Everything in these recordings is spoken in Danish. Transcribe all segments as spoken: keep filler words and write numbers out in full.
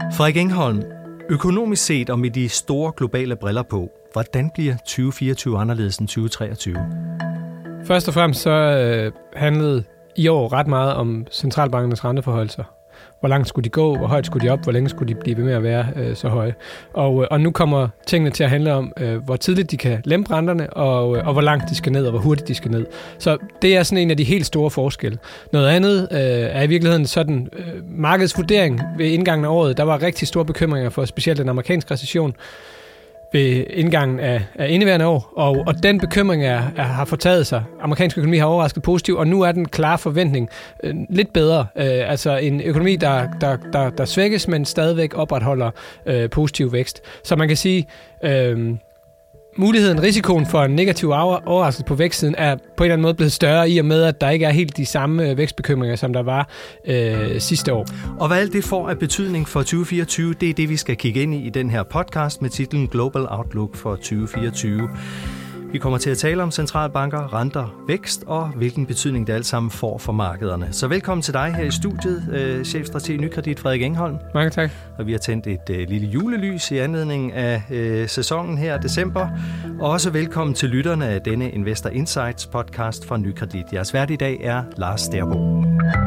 Frederik Engholm, økonomisk set og med de store globale briller på, hvordan bliver tyve fireogtyve anderledes end tyve treogtyve? Først og fremmest så øh, handlede i år ret meget om centralbankernes renteforholdelser. Hvor langt skulle de gå, hvor højt skulle de op, hvor længe skulle de blive ved med at være øh, så høje. Og, øh, og nu kommer tingene til at handle om, øh, hvor tidligt de kan lempe renterne, og, øh, og hvor langt de skal ned, og hvor hurtigt de skal ned. Så det er sådan en af de helt store forskelle. Noget andet øh, er i virkeligheden sådan, øh, markedsvurdering ved indgangen af året. Der var rigtig store bekymringer for specielt den amerikanske recession ved indgangen af, af indeværende år, og, og den bekymring er, er, har fortaget sig. Amerikansk økonomi har overrasket positivt, og nu er den klare forventning øh, lidt bedre. Øh, altså en økonomi, der, der, der, der svækkes, men stadigvæk opretholder øh, positiv vækst. Så man kan sige, øh, muligheden, risikoen for en negativ overraskelse på vækstsiden er på en eller anden måde blevet større i og med, at der ikke er helt de samme vækstbekymringer, som der var øh, sidste år. Og hvad alt det får af betydning for tyve fireogtyve, det er det, vi skal kigge ind i i den her podcast med titlen Global Outlook for tyve fireogtyve. Vi kommer til at tale om centralbanker, renter, vækst og hvilken betydning det alt sammen får for markederne. Så velkommen til dig her i studiet, øh, chefstrateg i Nykredit, Frederik Engholm. Mange tak. Og vi har tændt et øh, lille julelys i anledning af øh, sæsonen her i december. Og også velkommen til lytterne af denne Investor Insights podcast fra Nykredit. Jeres vært i dag er Lars Sterbo.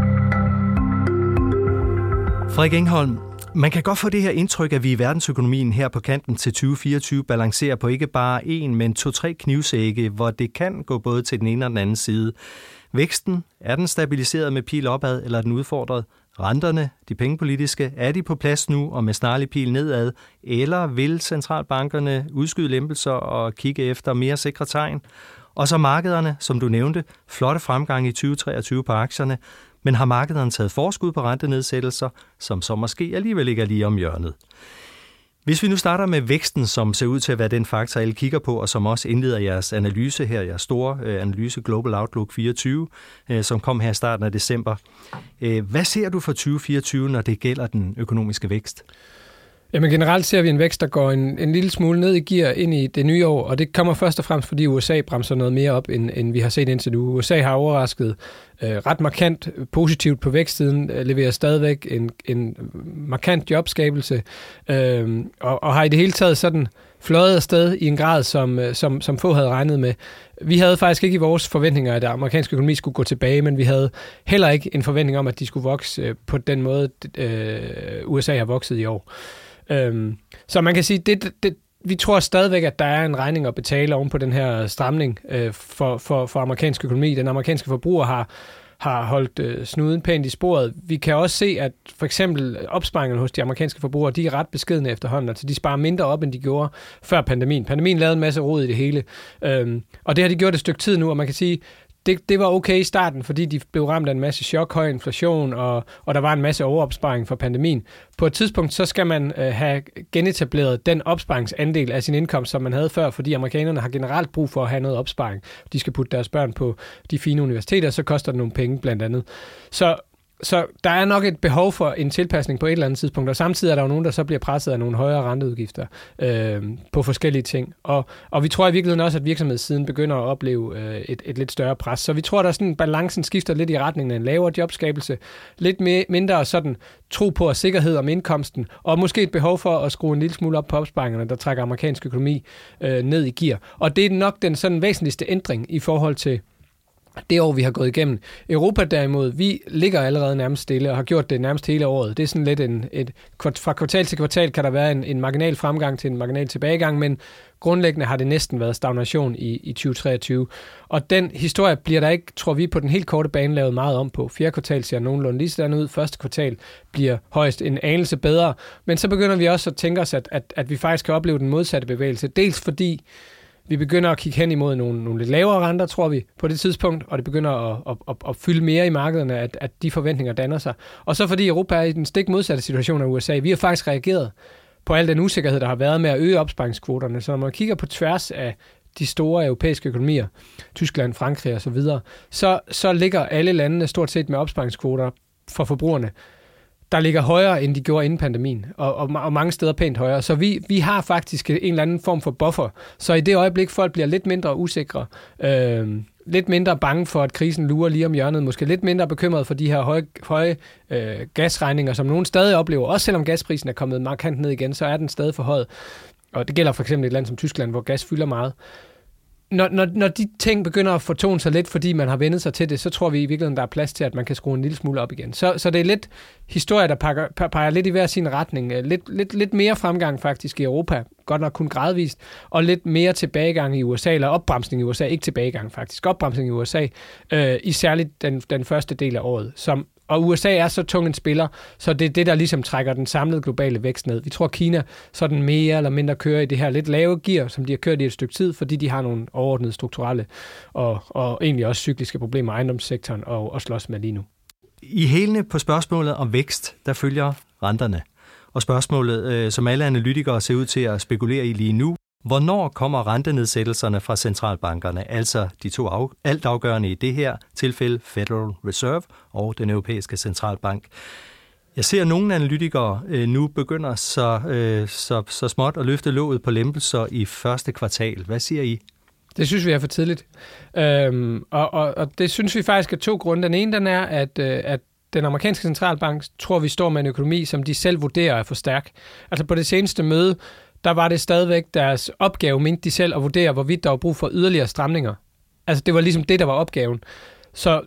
Frederik Engholm, man kan godt få det her indtryk, at vi i verdensøkonomien her på kanten til tyve fireogtyve balancerer på ikke bare én, men to-tre knivsække, hvor det kan gå både til den ene og den anden side. Væksten, er den stabiliseret med pil opad, eller er den udfordret? Renterne, de pengepolitiske, er de på plads nu og med snarlig pil nedad, eller vil centralbankerne udskyde lempelser og kigge efter mere sikre tegn? Og så markederne, som du nævnte, flotte fremgang i tyve treogtyve på aktierne, men har markederne taget forskud på rentenedsættelser, som så måske alligevel ikke er lige om hjørnet? Hvis vi nu starter med væksten, som ser ud til at være den faktor, alle kigger på, og som også indleder jeres analyse her, jeres store analyse Global Outlook fireogtyve, som kom her i starten af december. Hvad ser du for tyve fireogtyve, når det gælder den økonomiske vækst? Jamen generelt ser vi en vækst, der går en, en lille smule ned i gear ind i det nye år, og det kommer først og fremmest, fordi U S A bremser noget mere op, end, end vi har set indtil nu. U S A har overrasket øh, ret markant positivt på vækstsiden, øh, leverer stadigvæk en, en markant jobskabelse, øh, og, og har i det hele taget sådan fløjet afsted i en grad, som, som, som få havde regnet med. Vi havde faktisk ikke i vores forventninger, at den amerikanske økonomi skulle gå tilbage, men vi havde heller ikke en forventning om, at de skulle vokse på den måde, øh, U S A har vokset i år. Øhm, så man kan sige, det, det, vi tror stadigvæk, at der er en regning at betale oven på den her stramning øh, for, for, for amerikansk økonomi. Den amerikanske forbruger har, har holdt øh, snuden pænt i sporet. Vi kan også se, at for eksempel opsparingerne hos de amerikanske forbrugere, de er ret beskedne efterhånden. Altså de sparer mindre op, end de gjorde før pandemien. Pandemien lavede en masse rod i det hele. Øhm, og det har de gjort et stykke tid nu, og man kan sige, Det, det var okay i starten, fordi de blev ramt af en masse chok, høj inflation, og, og der var en masse overopsparing for pandemien. På et tidspunkt, så skal man øh, have genetableret den opsparingsandel af sin indkomst, som man havde før, fordi amerikanerne har generelt brug for at have noget opsparing. De skal putte deres børn på de fine universiteter, så koster det nogle penge blandt andet. Så Så der er nok et behov for en tilpasning på et eller andet tidspunkt, og samtidig er der jo nogen, der så bliver presset af nogle højere renteudgifter øh, på forskellige ting. Og, og vi tror i virkeligheden også, at virksomhedssiden begynder at opleve øh, et, et lidt større pres. Så vi tror, der sådan balancen skifter lidt i retningen af en lavere jobskabelse, lidt mere, mindre sådan tro på og sikkerhed om indkomsten, og måske et behov for at skrue en lille smule op på opsparingerne, der trækker amerikansk økonomi øh, ned i gear. Og det er nok den sådan væsentligste ændring i forhold til det år, vi har gået igennem. Europa derimod, vi ligger allerede nærmest stille og har gjort det nærmest hele året. Det er sådan lidt en, et, fra kvartal til kvartal kan der være en, en marginal fremgang til en marginal tilbagegang, men grundlæggende har det næsten været stagnation i, i tyve treogtyve. Og den historie bliver der ikke, tror vi, på den helt korte bane lavet meget om på. Fjerde kvartal ser nogenlunde lige sådan ud. Første kvartal bliver højst en anelse bedre. Men så begynder vi også at tænke os, at, at, at vi faktisk kan opleve den modsatte bevægelse. Dels fordi vi begynder at kigge hen imod nogle, nogle lidt lavere renter, tror vi, på det tidspunkt, og det begynder at, at, at, at fylde mere i markederne, at, at de forventninger danner sig. Og så fordi Europa er i den stik modsatte situation af U S A. Vi har faktisk reageret på al den usikkerhed, der har været med at øge opsparingskvoterne. Så når man kigger på tværs af de store europæiske økonomier, Tyskland, Frankrig og så videre, så, så ligger alle landene stort set med opsparingskvoter for forbrugerne, der ligger højere, end de gjorde inden pandemien, og, og, og mange steder pænt højere. Så vi, vi har faktisk en eller anden form for buffer. Så i det øjeblik, folk bliver lidt mindre usikre, øh, lidt mindre bange for, at krisen lurer lige om hjørnet, måske lidt mindre bekymret for de her høje, høje øh, gasregninger, som nogen stadig oplever. Også selvom gasprisen er kommet markant ned igen, så er den stadig for høj. Og det gælder for eksempel et land som Tyskland, hvor gas fylder meget. Når, når, når de ting begynder at fortone sig lidt, fordi man har vendet sig til det, så tror vi i virkeligheden, der er plads til, at man kan skrue en lille smule op igen. Så, så det er lidt historie, der peger, peger lidt i hver sin retning. Lidt, lidt, lidt mere fremgang faktisk i Europa, godt nok kun gradvist, og lidt mere tilbagegang i U S A, eller opbremsning i U S A, ikke tilbagegang faktisk, opbremsning i U S A, øh, i særligt den, den første del af året, som og U S A er så tung en spiller, så det er det, der ligesom trækker den samlede globale vækst ned. Vi tror, Kina sådan mere eller mindre kører i det her lidt lave gear, som de har kørt i et stykke tid, fordi de har nogle overordnede strukturelle og, og egentlig også cykliske problemer i ejendomssektoren og, og slås med lige nu. I hælene på spørgsmålet om vækst, der følger renterne. Og spørgsmålet, øh, som alle analytikere ser ud til at spekulere i lige nu, hvornår kommer rentenedsættelserne fra centralbankerne, altså de to af, altafgørende i det her tilfælde, Federal Reserve og den europæiske centralbank. Jeg ser, at nogle analytikere øh, nu begynder så, øh, så, så småt at løfte låget på lempelser i første kvartal. Hvad siger I? Det synes vi er for tidligt. Øhm, og, og, og det synes vi faktisk er to grunde. Den ene den er, at, øh, at den amerikanske centralbank tror, vi står med en økonomi, som de selv vurderer er for stærk. Altså på det seneste møde, der var det stadigvæk deres opgave, mente de selv, at vurdere, hvorvidt der var brug for yderligere stramninger. Altså det var ligesom det, der var opgaven. Så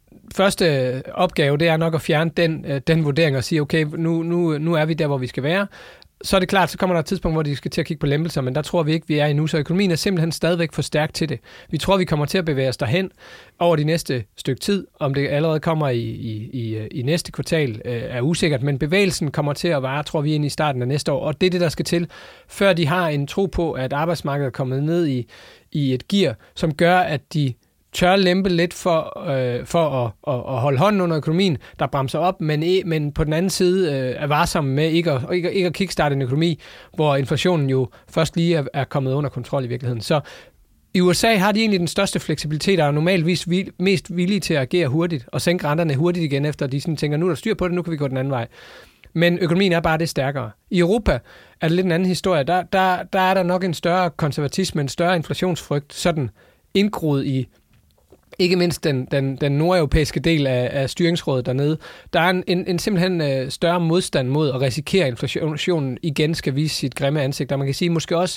første opgave, det er nok at fjerne den, den vurdering og sige, okay, nu, nu, nu er vi der, hvor vi skal være. Så er det klart, så kommer der et tidspunkt, hvor de skal til at kigge på lempelser, men der tror vi ikke, vi er endnu. Så økonomien er simpelthen stadigvæk for stærk til det. Vi tror, vi kommer til at bevæge os derhen over de næste stykke tid. Om det allerede kommer i, i, i, i næste kvartal, øh, er usikkert, men bevægelsen kommer til at vare, tror vi, ind i starten af næste år. Og det er det, der skal til, før de har en tro på, at arbejdsmarkedet er kommet ned i, i et gear, som gør, at de tør lempe lidt for, øh, for at, at, at holde hånden under økonomien, der bremser op, men, men på den anden side øh, er varsomme med ikke at, ikke, ikke at kickstarte en økonomi, hvor inflationen jo først lige er, er kommet under kontrol i virkeligheden. Så i U S A har de egentlig den største fleksibilitet, og er normalvis vil, mest villige til at agere hurtigt, og sænke renterne hurtigt igen, efter de sådan tænker, nu er der styr på det, nu kan vi gå den anden vej. Men økonomien er bare det stærkere. I Europa er det lidt en anden historie. Der, der, der er der nok en større konservatisme, en større inflationsfrygt, sådan indgroet i ikke mindst den, den, den nordeuropæiske del af, af styringsrådet dernede. Der er en, en, en simpelthen øh, større modstand mod at risikere, at inflationen igen skal vise sit grimme ansigt. Og man kan sige måske også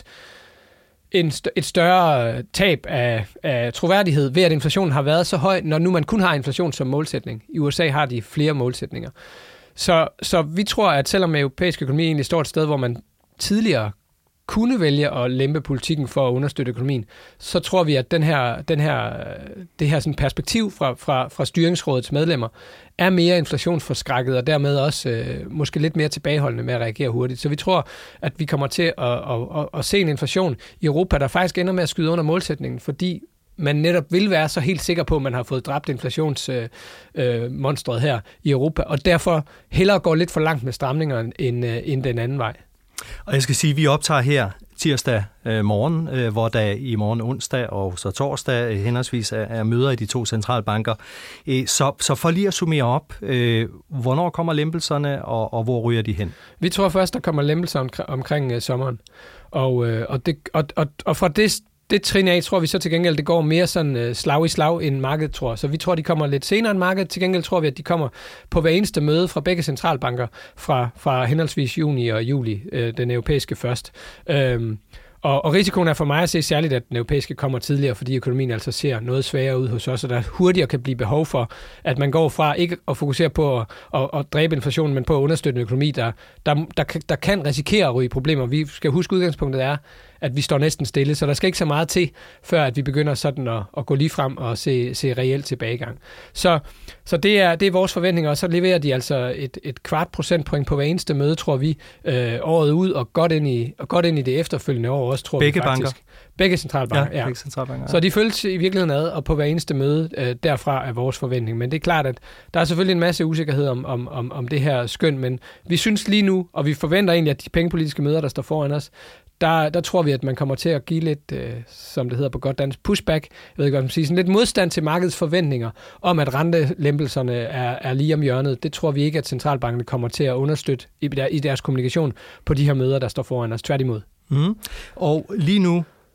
en st- et større tab af, af troværdighed ved, at inflationen har været så høj, når nu man kun har inflation som målsætning. I U S A har de flere målsætninger. Så, så vi tror, at selvom europæisk økonomi egentlig står et sted, hvor man tidligere kunne vælge at lempe politikken for at understøtte økonomien, så tror vi, at den her, den her, det her sådan perspektiv fra, fra, fra styringsrådets medlemmer er mere inflationsforskrækket, og dermed også øh, måske lidt mere tilbageholdende med at reagere hurtigt. Så vi tror, at vi kommer til at, at, at, at se en inflation i Europa, der faktisk ender med at skyde under målsætningen, fordi man netop vil være så helt sikker på, at man har fået dræbt inflationsmonstret øh, øh, her i Europa, og derfor hellere går lidt for langt med stramninger end, øh, end den anden vej. Og jeg skal sige, at vi optager her tirsdag øh, morgen, øh, hvor der i morgen onsdag og så torsdag øh, henholdsvis er, er møder i de to centralbanker. Øh, så, så for lige at summere op, øh, hvornår kommer lempelserne, og, og hvor ryger de hen? Vi tror først, der kommer lempelser om, omkring øh, sommeren. Og, øh, og, det, og, og, og fra det Det trin af, tror vi så til gengæld, det går mere sådan uh, slag i slag end markedet tror. Så vi tror, de kommer lidt senere end markedet. Til gengæld tror vi, at de kommer på hver eneste møde fra begge centralbanker fra, fra henholdsvis juni og juli, øh, den europæiske først. Øhm, og, og risikoen er for mig at se særligt, at den europæiske kommer tidligere, fordi økonomien altså ser noget sværere ud hos os, og der hurtigere kan blive behov for, at man går fra ikke at fokusere på at, at, at dræbe inflationen, men på at understøtte en økonomi, der, der, der, der kan risikere at ryge problemer. Vi skal huske, udgangspunktet er, at vi står næsten stille, så der skal ikke så meget til, før at vi begynder sådan at, at gå lige frem og se, se reelt tilbagegang. Så, så det, er, det er vores forventninger, og så leverer de altså et, et kvart procentpoint på hver eneste møde, tror vi, øh, året ud, og godt ind i, og godt ind i det efterfølgende år også, tror begge vi faktisk. Banker. Begge centralbanker, ja. ja. Begge centralbanker, ja. Så de følges i virkeligheden ad, og på hver eneste møde øh, derfra er vores forventning. Men det er klart, at der er selvfølgelig en masse usikkerhed om, om, om, om det her skøn, men vi synes lige nu, og vi forventer egentlig, at de pengepolitiske møder, der står foran os, Der, der tror vi, at man kommer til at give lidt, øh, som det hedder på godt dansk, pushback, jeg ved ikke, hvad man siger, sådan lidt modstand til markedets forventninger om, at rentelempelserne er, er lige om hjørnet. Det tror vi ikke, at centralbankerne kommer til at understøtte i, der, i deres kommunikation på de her møder, der står foran os. Tværtimod. Mm. Og lige nu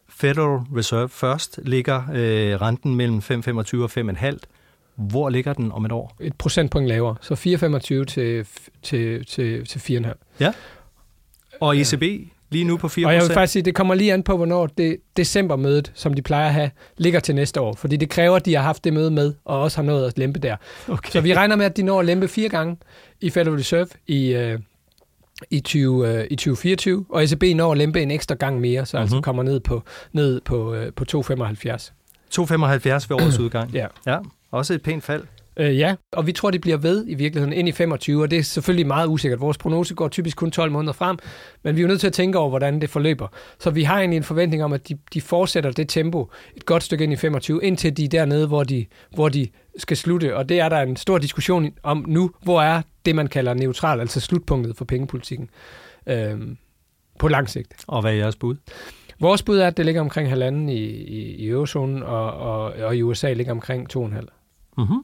Federal Reserve først ligger øh, renten mellem fem komma femogtyve og fem komma fem. Hvor ligger den om et år? Et procentpoint lavere, så fire komma femogtyve til, til, til, til fire komma fem. Ja. Og E C B lige nu på fire procent? Og jeg vil faktisk sige, det kommer lige an på, hvornår det decembermødet, som de plejer at have, ligger til næste år. Fordi det kræver, at de har haft det møde med, og også har nået at lempe der. Okay. Så vi regner med, at de når at lempe fire gange i Federal Reserve i, øh, i, tyve, øh, i tyve fireogtyve, og E C B når at lempe en ekstra gang mere, så mm-hmm. altså kommer ned på, ned på, øh, på to komma femoghalvfjerds. to komma femoghalvfjerds ved årets udgang? Ja. Ja. Også et pænt fald. Øh, ja, og vi tror, de bliver ved i virkeligheden ind i femogtyve, og det er selvfølgelig meget usikkert. Vores prognose går typisk kun tolv måneder frem, men vi er jo nødt til at tænke over, hvordan det forløber. Så vi har egentlig en forventning om, at de, de fortsætter det tempo et godt stykke ind i femogtyve, indtil de er dernede, hvor de, hvor de skal slutte. Og det er der en stor diskussion om nu, hvor er det, man kalder neutral, altså slutpunktet for pengepolitikken øh, på lang sigt. Og hvad er jeres bud? Vores bud er, at det ligger omkring halvanden i, i, i eurozonen, og, og, og i U S A ligger omkring to komma fem. Mm-hmm.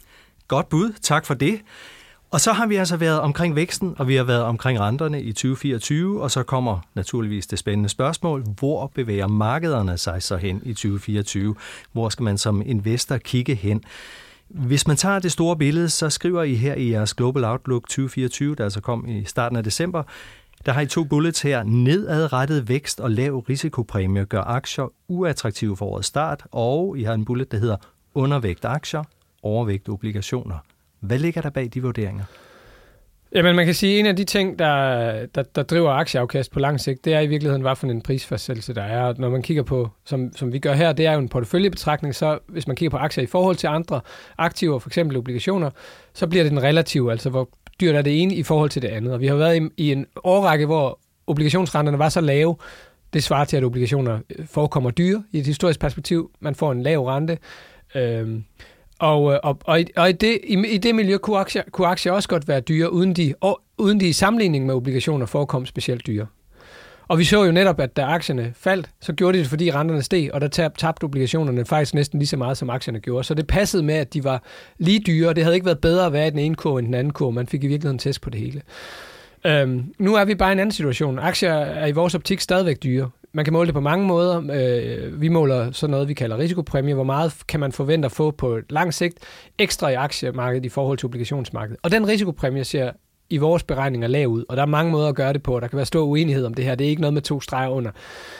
Godt bud, tak for det. Og så har vi altså været omkring væksten, og vi har været omkring renterne i tyve fireogtyve, og så kommer naturligvis det spændende spørgsmål, hvor bevæger markederne sig så hen i tyve fireogtyve? Hvor skal man som investor kigge hen? Hvis man tager det store billede, så skriver I her i jeres Global Outlook tyve fireogtyve, der altså kom i starten af december, der har I to bullets her. Nedadrettet vækst og lav risikopræmie gør aktier uattraktive for årets start, og I har en bullet, der hedder undervægt aktier, overvægt obligationer. Hvad ligger der bag de vurderinger? Jamen, man kan sige, at en af de ting, der, der, der driver aktieafkast på lang sigt, det er i virkeligheden, hvad for en prisfastsættelse der er. Når man kigger på, som, som vi gør her, det er jo en porteføljebetragtning, så hvis man kigger på aktier i forhold til andre aktiver, for eksempel obligationer, så bliver det den relative, altså hvor dyrt er det ene i forhold til det andet. Og vi har været i, i en årrække, hvor obligationsrenterne var så lave, det svarer til, at obligationer forekommer dyre i et historisk perspektiv. Man får en lav rente. Øhm, Og, og, og, i, og i, det, i, i det miljø kunne aktier, kunne aktier også godt være dyre, uden de, og, uden de i sammenligning med obligationer forekom specielt dyre. Og vi så jo netop, at da aktierne faldt, så gjorde de det, fordi renterne steg, og der tab, tabte obligationerne faktisk næsten lige så meget, som aktierne gjorde. Så det passede med, at de var lige dyre, og det havde ikke været bedre at være i den ene kurve end den anden kurve. Man fik i virkeligheden test på det hele. Øhm, nu er vi bare i en anden situation. Aktier er i vores optik stadigvæk dyre. Man kan måle det på mange måder. Øh, vi måler sådan noget, vi kalder risikopræmie. Hvor meget kan man forvente at få på lang sigt ekstra i aktiemarkedet i forhold til obligationsmarkedet. Og den risikopræmie ser i vores beregninger lav ud, og der er mange måder at gøre det på. Der kan være stor uenighed om det her. Det er ikke noget med to streger under.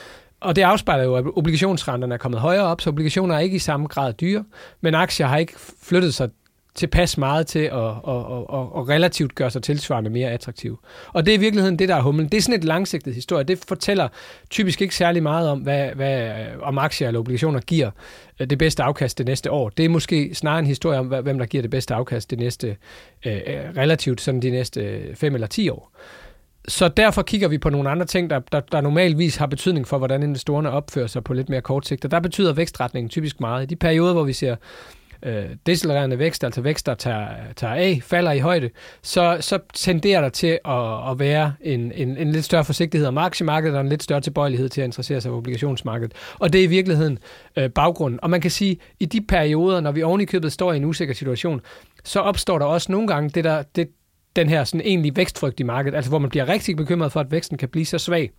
Og det afspejler jo, at obligationsrenterne er kommet højere op, så obligationer er ikke i samme grad dyre, men aktier har ikke flyttet sig tilpas meget til at, at, at, at, at relativt gøre sig tilsvarende mere attraktive. Og det er i virkeligheden det, der er humlen. Det er sådan et langsigtet historie. Det fortæller typisk ikke særlig meget om, hvad, hvad, om aktier eller obligationer giver det bedste afkast det næste år. Det er måske snarere en historie om, hvem der giver det bedste afkast det næste, øh, relativt sådan de næste fem eller ti år. Så derfor kigger vi på nogle andre ting, der, der, der normalvis har betydning for, hvordan investorerne opfører sig på lidt mere kort sigt. Og der betyder vækstretningen typisk meget. I de perioder, hvor vi ser øh, decelererende vækst, altså vækst, der tager, tager af, falder i højde, så, så tenderer der til at, at være en, en, en lidt større forsigtighed om aktiemarkedet og en lidt større tilbøjelighed til at interessere sig for obligationsmarkedet. Og det er i virkeligheden øh, baggrunden. Og man kan sige, at i de perioder, når vi oven i købet står i en usikker situation, så opstår der også nogle gange det, der, det, den her sådan egentlig vækstfrygt i markedet, altså hvor man bliver rigtig bekymret for, at væksten kan blive så svag,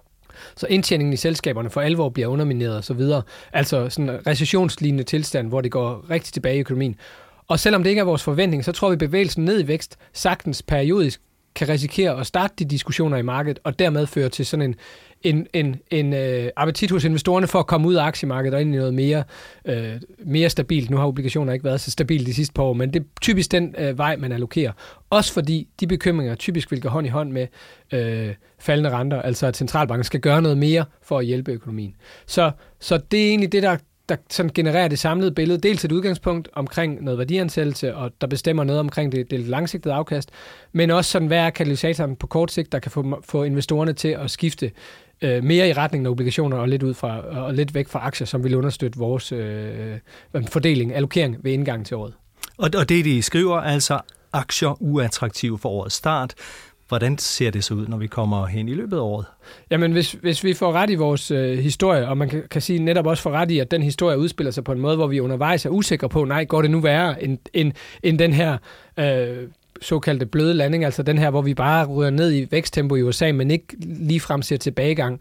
så indtjeningen i selskaberne for alvor bliver undermineret og så videre. Altså sådan en recessionslignende tilstand, hvor det går rigtig tilbage i økonomien. Og selvom det ikke er vores forventning, så tror vi, at bevægelsen ned i vækst sagtens periodisk kan risikere at starte de diskussioner i markedet, og dermed føre til sådan en, en, en, en øh, appetit hos investorerne for at komme ud af aktiemarkedet og ind i noget mere, øh, mere stabilt. Nu har obligationer ikke været så stabilt de sidste par år, men det er typisk den øh, vej, man allokerer. Også fordi de bekymringer typisk vil gå hånd i hånd med øh, faldende renter, altså at centralbanken skal gøre noget mere for at hjælpe økonomien. Så, så det er egentlig det, der der sådan genererer det samlede billede, dels et udgangspunkt omkring noget værdiansættelse, og der bestemmer noget omkring det, det langsigtede afkast, men også sådan, hvad er katalysatoren på kort sigt, der kan få, få investorerne til at skifte øh, mere i retning af obligationer og lidt, ud fra, og lidt væk fra aktier, som vil understøtte vores øh, fordeling, allokering ved indgangen til året. Og, og det, de skriver, altså aktier uattraktive for årets start. Hvordan ser det så ud, når vi kommer hen i løbet af året? Jamen, hvis, hvis vi får ret i vores øh, historie, og man kan, kan sige netop også få ret i, at den historie udspiller sig på en måde, hvor vi undervejs er usikre på, nej, går det nu værre end, end, end den her øh, såkaldte bløde landing, altså den her, hvor vi bare ryger ned i væksttempo i U S A, men ikke ligefrem ser tilbagegang.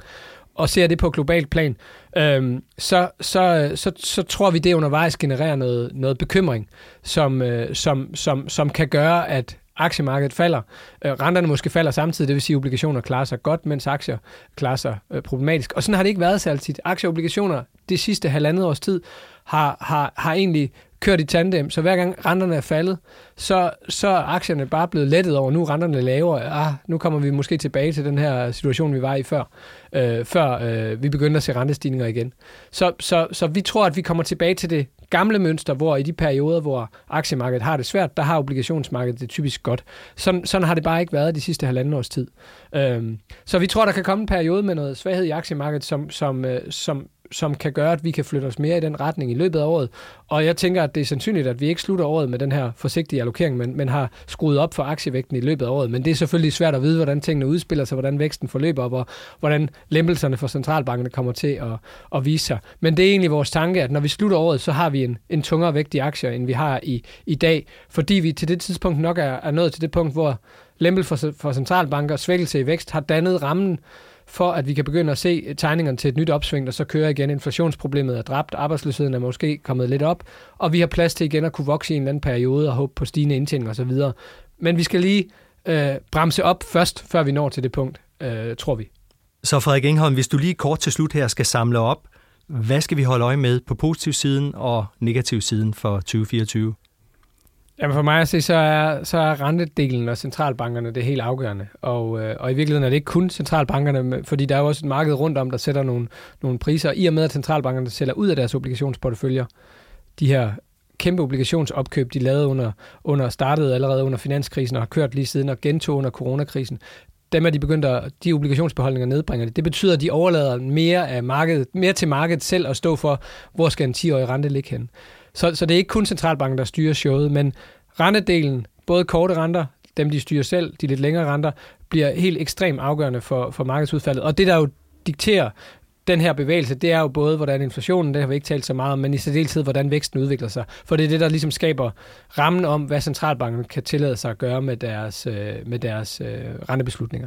og ser det på globalt plan, øhm, så, så, så, så tror vi, det undervejs genererer noget, noget bekymring, som, øh, som, som, som kan gøre, at aktiemarkedet falder. Øh, renterne måske falder samtidig, det vil sige, at obligationer klarer sig godt, mens aktier klarer sig øh, problematisk. Og sådan har det ikke været særligt tit. Aktier og obligationer det sidste halvandet års tid har, har, har egentlig kørt i tandem, så hver gang renterne er faldet, så, så er aktierne bare blevet lettet over, nu er renterne lavere, ah, nu kommer vi måske tilbage til den her situation, vi var i før, øh, før øh, vi begyndte at se rentestigninger igen. Så, så, så vi tror, at vi kommer tilbage til det gamle mønster, hvor i de perioder, hvor aktiemarkedet har det svært, der har obligationsmarkedet det typisk godt. Sådan, sådan har det bare ikke været de sidste halvanden års tid. Øhm, så vi tror, der kan komme en periode med noget svaghed i aktiemarkedet, som, som, øh, som som kan gøre, at vi kan flytte os mere i den retning i løbet af året. Og jeg tænker, at det er sandsynligt, at vi ikke slutter året med den her forsigtige allokering, men, men har skruet op for aktievægten i løbet af året. Men det er selvfølgelig svært at vide, hvordan tingene udspiller sig, hvordan væksten forløber, og hvordan lempelserne for centralbankerne kommer til at, at vise sig. Men det er egentlig vores tanke, at når vi slutter året, så har vi en, en tungere vægt i aktier, end vi har i, i dag, fordi vi til det tidspunkt nok er, er nået til det punkt, hvor lempel for, for centralbanker og svækkelse i vækst har dannet rammen for at vi kan begynde at se tegningerne til et nyt opsving, og så kører igen. Inflationsproblemet er dræbt, arbejdsløsheden er måske kommet lidt op, og vi har plads til igen at kunne vokse i en eller anden periode og håbe på stigende indtjening og så videre. Men vi skal lige øh, bremse op først, før vi når til det punkt, øh, tror vi. Så Frederik Engholm, hvis du lige kort til slut her skal samle op, hvad skal vi holde øje med på positiv siden og negativ siden for tyve fireogtyve? Jamen for mig at se, så er, så er rentedelen og centralbankerne det helt afgørende. Og, øh, og i virkeligheden er det ikke kun centralbankerne, fordi der er jo også et marked rundt om, der sætter nogle, nogle priser. I og med, at centralbankerne sælger ud af deres obligationsporteføljer, de her kæmpe obligationsopkøb, de lavede under, under startede allerede under finanskrisen og har kørt lige siden og gentog under coronakrisen, dem er de begyndt at, de obligationsbeholdninger nedbringer det. Det betyder, at de overlader mere af markedet, mere til markedet selv at stå for, hvor skal en ti-årig rente ligge hen. Så, så det er ikke kun centralbanken, der styrer showet, men rentedelen, både korte renter, dem de styrer selv, de lidt længere renter, bliver helt ekstremt afgørende for, for markedsudfaldet. Og det, der jo dikterer den her bevægelse, det er jo både, hvordan inflationen, det har vi ikke talt så meget om, men i særdeleshed, hvordan væksten udvikler sig. For det er det, der ligesom skaber rammen om, hvad centralbanken kan tillade sig at gøre med deres, med deres øh, rentebeslutninger.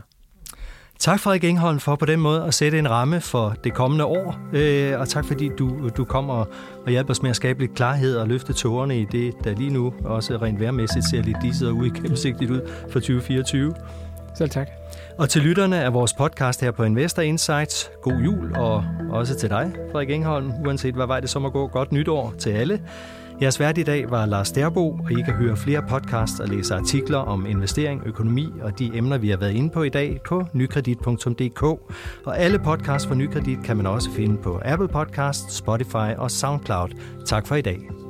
Tak, Frederik Engholm, for på den måde at sætte en ramme for det kommende år. Øh, og tak, fordi du, du kom og, og hjalp os med at skabe lidt klarhed og løfte tårerne i det, der lige nu også rent vejrmæssigt ser lidt disset og uigennemsigtigt ud for tyve fireogtyve. Selv tak. Og til lytterne af vores podcast her på Investor Insights, god jul, og også til dig, Frederik Engholm, uanset hvad vej det så må gå. Godt nytår til alle. Jeres vært i dag var Lars Derbo, og I kan høre flere podcasts og læse artikler om investering, økonomi og de emner, vi har været inde på i dag på nykredit punktum d k. Og alle podcasts fra Nykredit kan man også finde på Apple Podcasts, Spotify og SoundCloud. Tak for i dag.